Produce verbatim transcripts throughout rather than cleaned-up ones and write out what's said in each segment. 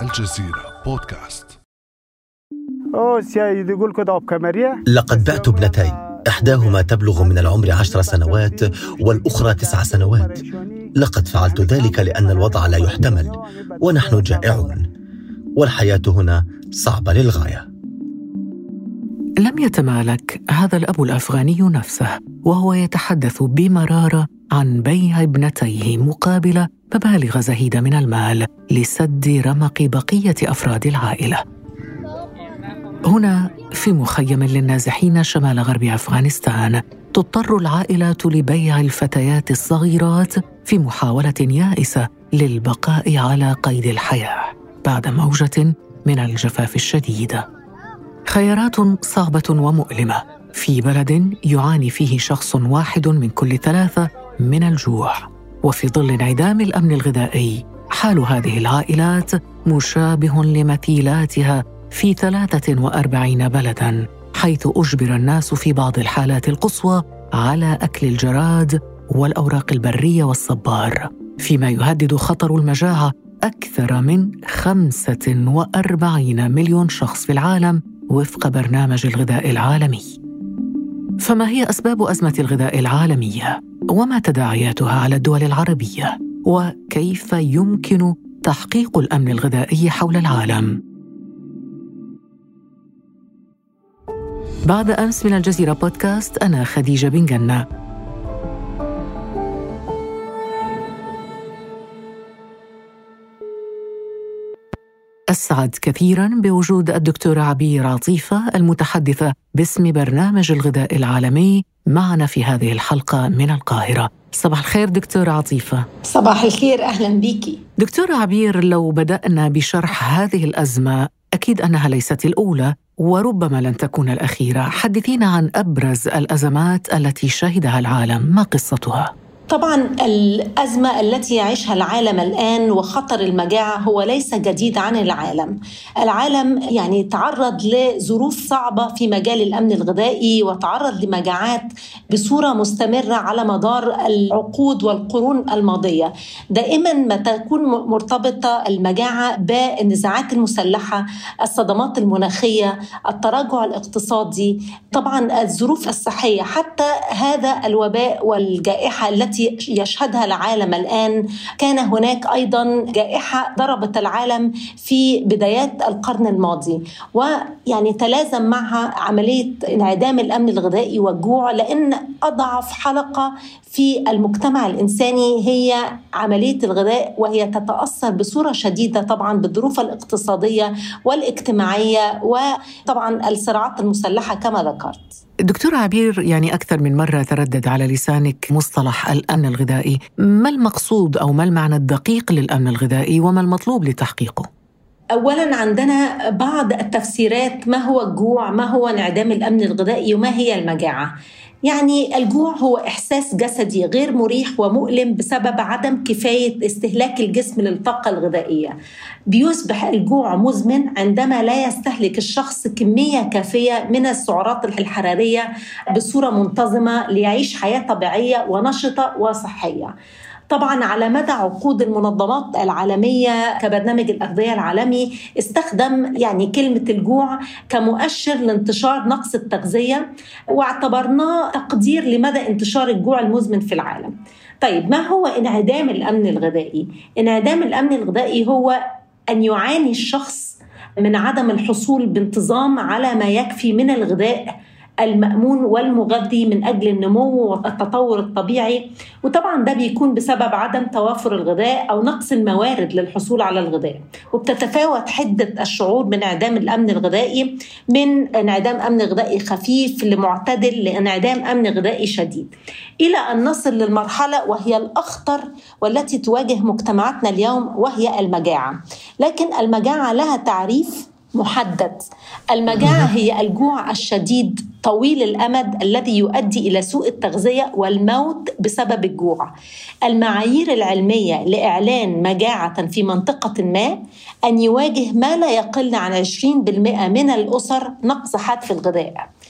الجزيرة بودكاست. لقد بعت ابنتي، إحداهما تبلغ من العمر عشر سنوات والأخرى تسع سنوات. لقد فعلت ذلك لأن الوضع لا يحتمل ونحن جائعون، والحياة هنا صعبة للغاية. لم يتمالك هذا الأب الأفغاني نفسه وهو يتحدث بمرارة عن بيع ابنتيه مقابل مبالغ زهيدة من المال لسد رمق بقية أفراد العائلة. هنا في مخيم للنازحين شمال غرب أفغانستان، تضطر العائلات لبيع الفتيات الصغيرات في محاولة يائسة للبقاء على قيد الحياة بعد موجة من الجفاف الشديد. خيارات صعبة ومؤلمة في بلد يعاني فيه شخص واحد من كل ثلاثة من الجوع، وفي ظل انعدام الأمن الغذائي. حال هذه العائلات مشابه لمثيلاتها في ثلاثة وأربعين بلداً، حيث أجبر الناس في بعض الحالات القصوى على أكل الجراد والأوراق البرية والصبار، فيما يهدد خطر المجاعة أكثر من خمسة وأربعين مليون شخص في العالم وفق برنامج الغذاء العالمي. فما هي أسباب أزمة الغذاء العالمية؟ وما تداعياتها على الدول العربية؟ وكيف يمكن تحقيق الأمن الغذائي حول العالم؟ بعد أمس من الجزيرة بودكاست، أنا خديجة بن جنة. أسعد كثيراً بوجود الدكتورة عبير عطيفة المتحدثة باسم برنامج الغذاء العالمي معنا في هذه الحلقة من القاهرة. صباح الخير دكتورة عطيفة. صباح الخير، أهلاً بيكي. دكتورة عبير، لو بدأنا بشرح هذه الأزمة، أكيد أنها ليست الأولى وربما لن تكون الأخيرة. حدثينا عن أبرز الأزمات التي شهدها العالم، ما قصتها؟ طبعاً الأزمة التي يعيشها العالم الآن وخطر المجاعة هو ليس جديد عن العالم. العالم يعني تعرض لظروف صعبة في مجال الأمن الغذائي وتعرض لمجاعات بصورة مستمرة على مدار العقود والقرون الماضية. دائماً ما تكون مرتبطة المجاعة بالنزاعات المسلحة، الصدمات المناخية، التراجع الاقتصادي، طبعاً الظروف الصحية، حتى هذا الوباء والجائحة التي يشهدها العالم الآن. كان هناك أيضاً جائحة ضربت العالم في بدايات القرن الماضي، ويعني تلازم معها عملية انعدام الأمن الغذائي والجوع، لأن أضعف حلقة في المجتمع الإنساني هي عملية الغذاء، وهي تتأثر بصورة شديدة طبعاً بالظروف الاقتصادية والاجتماعية وطبعاً الصراعات المسلحة كما ذكرت. دكتورة عبير، يعني أكثر من مرة تردد على لسانك مصطلح الأمن الغذائي. ما المقصود أو ما المعنى الدقيق للأمن الغذائي وما المطلوب لتحقيقه؟ أولاً عندنا بعض التفسيرات، ما هو الجوع، ما هو انعدام الأمن الغذائي، وما هي المجاعة. يعني الجوع هو إحساس جسدي غير مريح ومؤلم بسبب عدم كفاية استهلاك الجسم للطاقة الغذائية. بيصبح الجوع مزمن عندما لا يستهلك الشخص كمية كافية من السعرات الحرارية بصورة منتظمة ليعيش حياة طبيعية ونشطة وصحية. طبعاً على مدى عقود المنظمات العالمية كبرنامج الأغذية العالمي استخدم يعني كلمة الجوع كمؤشر لانتشار نقص التغذية، واعتبرناه تقدير لمدى انتشار الجوع المزمن في العالم. طيب، ما هو انعدام الأمن الغذائي؟ انعدام الأمن الغذائي هو أن يعاني الشخص من عدم الحصول بانتظام على ما يكفي من الغذاء المأمون والمغذي من أجل النمو والتطور الطبيعي، وطبعا ده بيكون بسبب عدم توافر الغذاء أو نقص الموارد للحصول على الغذاء. وبتتفاوت حدة الشعور من انعدام الأمن الغذائي، من انعدام أمن غذائي خفيف لمعتدل لانعدام أمن غذائي شديد، إلى أن نصل للمرحلة وهي الأخطر والتي تواجه مجتمعاتنا اليوم، وهي المجاعة. لكن المجاعة لها تعريف محدد. المجاعة هي الجوع الشديد طويل الأمد الذي يؤدي إلى سوء التغذية والموت بسبب الجوع. المعايير العلمية لإعلان مجاعة في منطقة ما أن يواجه ما لا يقل عن عشرين بالمئة من الأسر نقص حاد في الغذاء.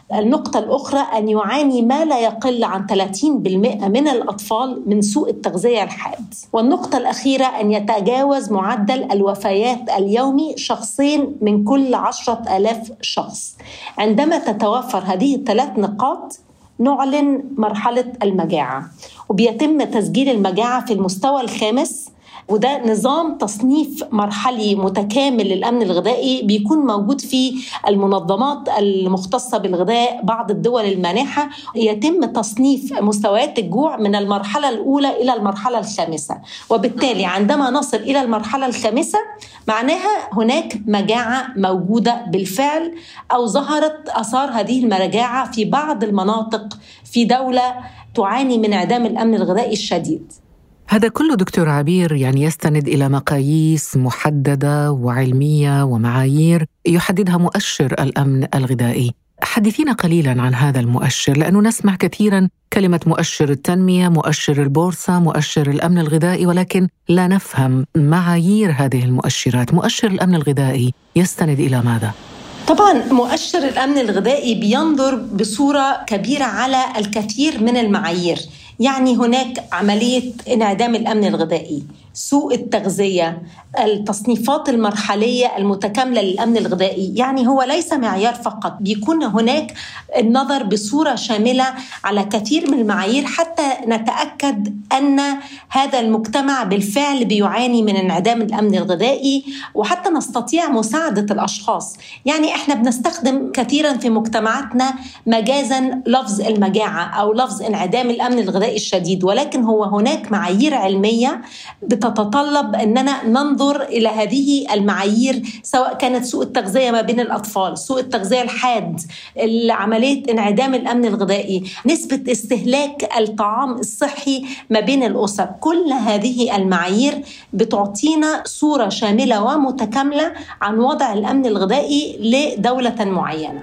النقطة الأخرى أن يعاني ما لا يقل عن ثلاثين بالمئة من الأطفال من سوء التغذية الحاد. والنقطة الأخيرة أن يتجاوز معدل الوفيات اليومي شخصين من كل عشرة آلاف شخص. عندما تتوفر هذه الثلاث نقاط نعلن مرحلة المجاعة، وبيتم تسجيل المجاعة في المستوى الخامس، وده نظام تصنيف مرحلي متكامل للأمن الغذائي بيكون موجود في المنظمات المختصة بالغذاء بعض الدول المانحة. يتم تصنيف مستويات الجوع من المرحلة الأولى إلى المرحلة الخامسة، وبالتالي عندما نصل إلى المرحلة الخامسة معناها هناك مجاعة موجودة بالفعل، أو ظهرت آثار هذه المجاعة في بعض المناطق في دولة تعاني من انعدام الأمن الغذائي الشديد. هذا كله دكتور عبير يعني يستند إلى مقاييس محددة وعلمية ومعايير يحددها مؤشر الأمن الغذائي. حدثينا قليلاً عن هذا المؤشر، لأنه نسمع كثيراً كلمة مؤشر التنمية، مؤشر البورصة، مؤشر الأمن الغذائي، ولكن لا نفهم معايير هذه المؤشرات. مؤشر الأمن الغذائي يستند إلى ماذا؟ طبعاً مؤشر الأمن الغذائي بينظر بصورة كبيرة على الكثير من المعايير. يعني هناك عملية انعدام الأمن الغذائي، سوء التغذية، التصنيفات المرحلية المتكاملة للأمن الغذائي. يعني هو ليس معيار فقط، بيكون هناك النظر بصورة شاملة على كثير من المعايير حتى نتأكد أن هذا المجتمع بالفعل بيعاني من انعدام الأمن الغذائي، وحتى نستطيع مساعدة الأشخاص. يعني إحنا بنستخدم كثيرا في مجتمعاتنا مجازا لفظ المجاعة أو لفظ انعدام الأمن الغذائي الشديد، ولكن هو هناك معايير علمية بتتطلب أننا ننظر إلى هذه المعايير، سواء كانت سوء التغذية ما بين الأطفال، سوء التغذية الحاد، عملية انعدام الأمن الغذائي، نسبة استهلاك الطعام الصحي ما بين الأسر. كل هذه المعايير بتعطينا صورة شاملة ومتكاملة عن وضع الأمن الغذائي لدولة معينة.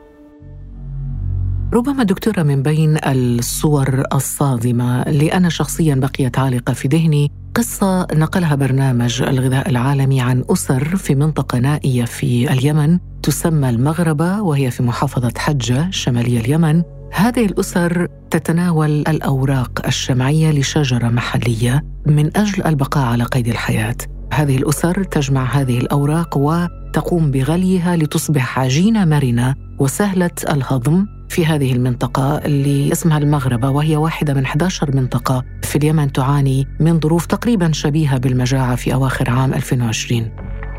ربما دكتورة من بين الصور الصادمة اللي أنا شخصياً بقيت عالقة في ذهني قصة نقلها برنامج الغذاء العالمي عن أسر في منطقة نائية في اليمن تسمى المغربة، وهي في محافظة حجة شمالية اليمن. هذه الأسر تتناول الأوراق الشمعية لشجرة محلية من أجل البقاء على قيد الحياة. هذه الأسر تجمع هذه الأوراق وتقوم بغليها لتصبح عجينة مرنة وسهلة الهضم في هذه المنطقة اللي اسمها المغربة، وهي واحدة من إحدى عشرة منطقة في اليمن تعاني من ظروف تقريباً شبيهة بالمجاعة في أواخر عام ألفين وعشرين.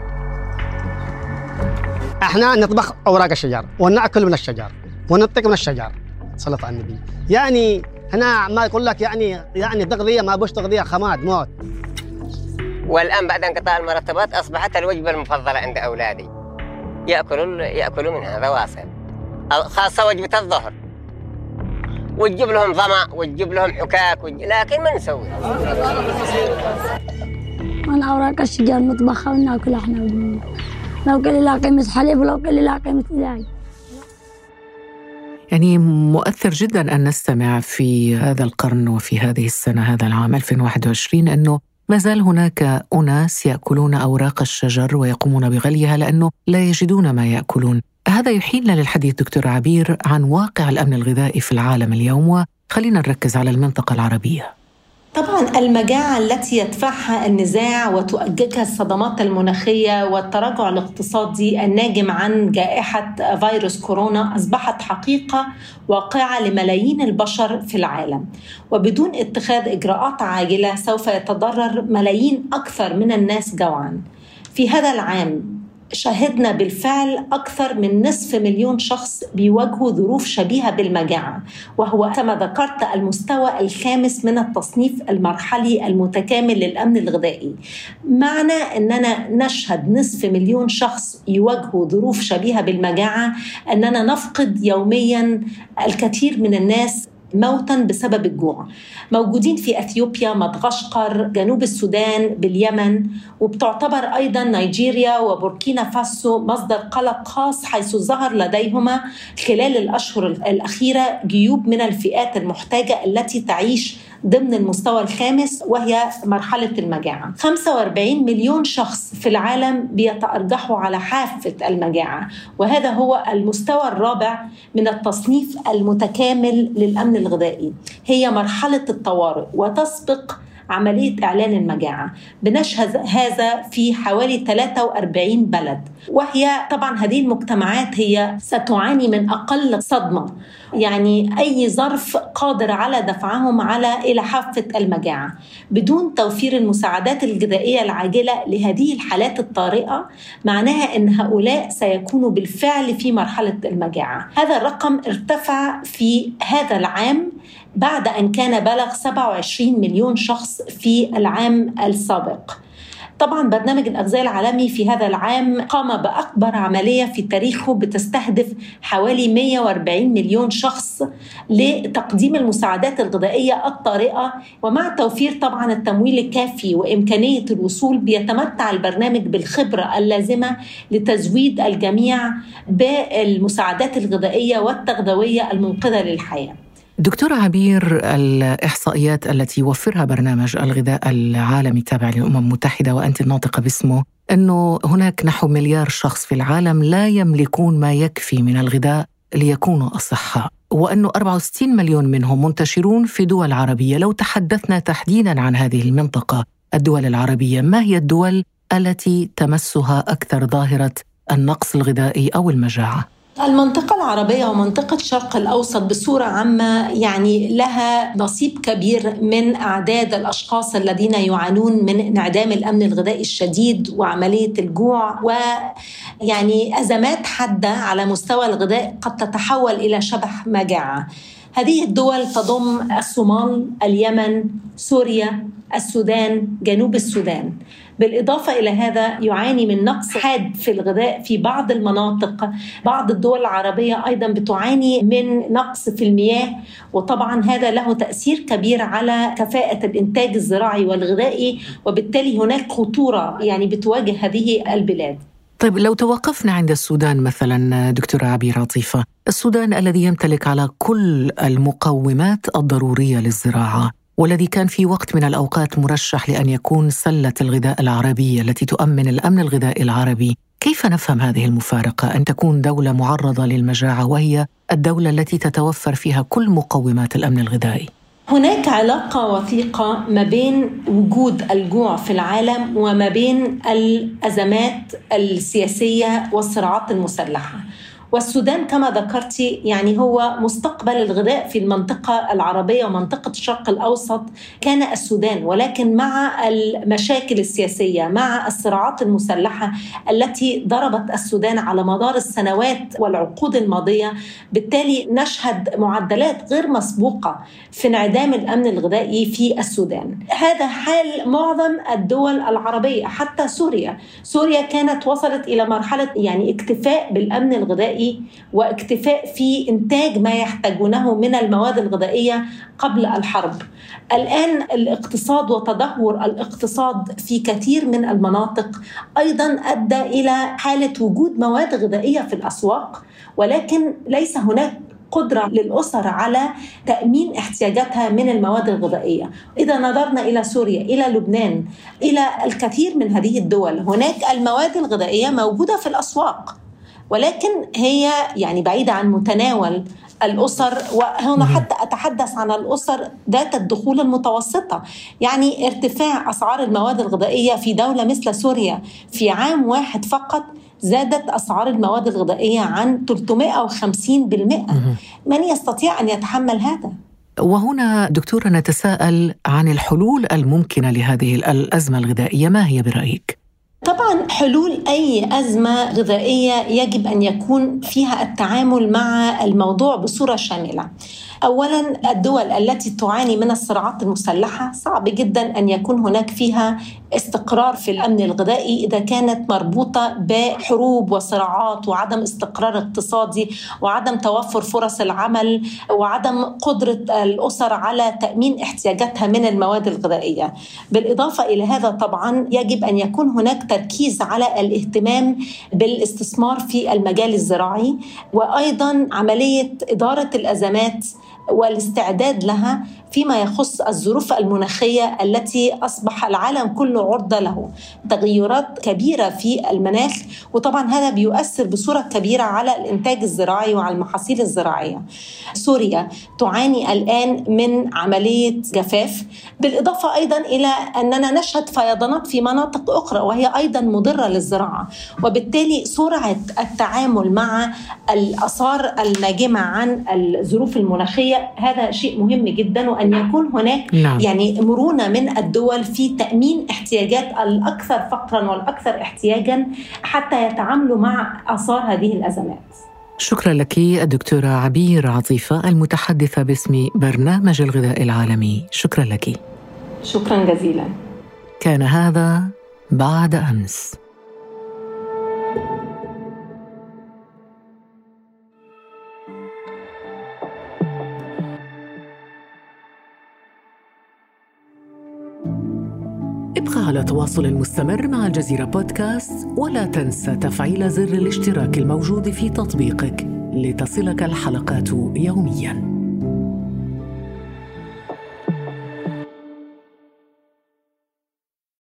احنا نطبخ أوراق الشجر ونأكل من الشجر وننطق من الشجر صلى الله على النبي. يعني هنا ما يقول لك يعني يعني تغذية ما بوش تغذية، خماد موت. والآن بعد انقطاع المرتبات أصبحت الوجبة المفضلة عند أولادي، يأكلوا يأكلوا منها ذواصل، خاصة وجبة الظهر، وتجيب لهم ظمأ وتجيب لهم حكاك وتجيب... لكن ما نسوي. من أوراق الشجر مطبخة وناكل احنا ودمنا. لو كل لا قيمة حليب ولو كل لا قيمة علاج. يعني مؤثر جدا أن نستمع في هذا القرن وفي هذه السنة، هذا العام ألفين وواحد وعشرين، أنه ما زال هناك أناس يأكلون أوراق الشجر ويقومون بغليها لأنه لا يجدون ما يأكلون. هذا يحيلنا للحديث دكتور عبير عن واقع الأمن الغذائي في العالم اليوم، وخلينا نركز على المنطقة العربية. طبعاً المجاعة التي يدفعها النزاع وتؤججها الصدمات المناخية والتراجع الاقتصادي الناجم عن جائحة فيروس كورونا أصبحت حقيقة واقعة لملايين البشر في العالم، وبدون اتخاذ إجراءات عاجلة سوف يتضرر ملايين أكثر من الناس جوعاً. في هذا العام شاهدنا بالفعل أكثر من نصف مليون شخص بيواجهوا ظروف شبيهة بالمجاعة، وهو كما ذكرت المستوى الخامس من التصنيف المرحلي المتكامل للأمن الغذائي. معنى أننا نشهد نصف مليون شخص يواجهوا ظروف شبيهة بالمجاعة أننا نفقد يومياً الكثير من الناس موتاً بسبب الجوع. موجودين في أثيوبيا، مدغشقر، جنوب السودان، باليمن، وبتعتبر أيضاً نيجيريا وبوركينا فاسو مصدر قلق خاص، حيث ظهر لديهما خلال الأشهر الأخيرة جيوب من الفئات المحتاجة التي تعيش ضمن المستوى الخامس وهي مرحلة المجاعة. خمسة وأربعين مليون شخص في العالم بيتأرجحوا على حافة المجاعة، وهذا هو المستوى الرابع من التصنيف المتكامل للأمن الغذائي. هي مرحلة الطوارئ وتسبق عملية إعلان المجاعة. بنشهد هذا في حوالي ثلاثة وأربعين بلد، وهي طبعا هذه المجتمعات هي ستعاني من أقل صدمة، يعني أي ظرف قادر على دفعهم على إلى حافة المجاعة. بدون توفير المساعدات الغذائية العاجلة لهذه الحالات الطارئة معناها أن هؤلاء سيكونوا بالفعل في مرحلة المجاعة. هذا الرقم ارتفع في هذا العام بعد أن كان بلغ سبعة وعشرين مليون شخص في العام السابق. طبعا برنامج الأغذية العالمي في هذا العام قام بأكبر عملية في تاريخه بتستهدف حوالي مئة وأربعين مليون شخص لتقديم المساعدات الغذائية الطارئة، ومع توفير طبعا التمويل الكافي وإمكانية الوصول بيتمتع البرنامج بالخبرة اللازمة لتزويد الجميع بالمساعدات الغذائية والتغذوية المنقذة للحياة. دكتورة عبير، الإحصائيات التي يوفرها برنامج الغذاء العالمي التابع للأمم المتحدة وأنت الناطقة باسمه، أنه هناك نحو مليار شخص في العالم لا يملكون ما يكفي من الغذاء ليكونوا أصحاء، وأنه أربعة وستين مليون منهم منتشرون في دول عربية. لو تحدثنا تحديداً عن هذه المنطقة، الدول العربية، ما هي الدول التي تمسها أكثر ظاهرة النقص الغذائي أو المجاعة؟ المنطقة العربية ومنطقة الشرق الأوسط بصورة عامة يعني لها نصيب كبير من أعداد الأشخاص الذين يعانون من انعدام الأمن الغذائي الشديد وعملية الجوع، ويعني أزمات حادة على مستوى الغذاء قد تتحول إلى شبه مجاعة. هذه الدول تضم الصومال، اليمن، سوريا، السودان، جنوب السودان. بالإضافة إلى هذا يعاني من نقص حاد في الغذاء في بعض المناطق. بعض الدول العربية أيضا بتعاني من نقص في المياه، وطبعا هذا له تأثير كبير على كفاءة الإنتاج الزراعي والغذائي، وبالتالي هناك خطورة يعني بتواجه هذه البلاد. طيب لو توقفنا عند السودان مثلا دكتورة عبير عطيفة، السودان الذي يمتلك على كل المقومات الضرورية للزراعة، والذي كان في وقت من الأوقات مرشح لأن يكون سلة الغذاء العربية التي تؤمن الأمن الغذائي العربي، كيف نفهم هذه المفارقة أن تكون دولة معرضة للمجاعة وهي الدولة التي تتوفر فيها كل مقومات الأمن الغذائي؟ هناك علاقة وثيقة ما بين وجود الجوع في العالم وما بين الأزمات السياسية والصراعات المسلحة. والسودان كما ذكرتي يعني هو مستقبل الغذاء في المنطقة العربية ومنطقة الشرق الأوسط كان السودان، ولكن مع المشاكل السياسية، مع الصراعات المسلحة التي ضربت السودان على مدار السنوات والعقود الماضية، بالتالي نشهد معدلات غير مسبوقة في انعدام الأمن الغذائي في السودان. هذا حال معظم الدول العربية، حتى سوريا. سوريا كانت وصلت إلى مرحلة يعني اكتفاء بالأمن الغذائي واكتفاء في إنتاج ما يحتاجونه من المواد الغذائية قبل الحرب. الآن الاقتصاد وتدهور الاقتصاد في كثير من المناطق أيضا أدى إلى حالة وجود مواد غذائية في الأسواق، ولكن ليس هناك قدرة للأسر على تأمين احتياجاتها من المواد الغذائية. إذا نظرنا إلى سوريا، إلى لبنان، إلى الكثير من هذه الدول، هناك المواد الغذائية موجودة في الأسواق، ولكن هي يعني بعيدة عن متناول الأسر. وهنا حتى أتحدث عن الأسر ذات الدخول المتوسطة. يعني ارتفاع أسعار المواد الغذائية في دولة مثل سوريا في عام واحد فقط زادت أسعار المواد الغذائية عن ثلاثمئة وخمسين بالمئة. من يستطيع أن يتحمل هذا؟ وهنا دكتورة نتساءل عن الحلول الممكنة لهذه الأزمة الغذائية، ما هي برأيك؟ طبعاً حلول أي أزمة غذائية يجب أن يكون فيها التعامل مع الموضوع بصورة شاملة. أولاً الدول التي تعاني من الصراعات المسلحة صعب جداً أن يكون هناك فيها استقرار في الأمن الغذائي إذا كانت مربوطة بحروب وصراعات وعدم استقرار اقتصادي وعدم توفر فرص العمل وعدم قدرة الأسر على تأمين احتياجاتها من المواد الغذائية. بالإضافة إلى هذا طبعاً يجب أن يكون هناك تركيز على الاهتمام بالاستثمار في المجال الزراعي، وأيضاً عملية إدارة الأزمات والاستعداد لها فيما يخص الظروف المناخية التي أصبح العالم كله عرضة له. تغيرات كبيرة في المناخ، وطبعا هذا بيؤثر بصورة كبيرة على الإنتاج الزراعي وعلى المحاصيل الزراعية. سوريا تعاني الآن من عملية جفاف، بالإضافة أيضا إلى أننا نشهد فيضانات في مناطق أخرى وهي أيضا مضرة للزراعة، وبالتالي سرعة التعامل مع الآثار الناجمة عن الظروف المناخية هذا شيء مهم جدا، وأن يكون هناك نعم. يعني مرونة من الدول في تأمين احتياجات الأكثر فقرا والأكثر احتياجا حتى يتعاملوا مع آثار هذه الأزمات. شكرا لك الدكتورة عبير عطيفة المتحدثة باسم برنامج الغذاء العالمي. شكرا لك. شكرا جزيلا. كان هذا بعد أمس. ابقى على تواصل مستمر مع الجزيرة بودكاست، ولا تنسى تفعيل زر الاشتراك الموجود في تطبيقك لتصلك الحلقات يومياً.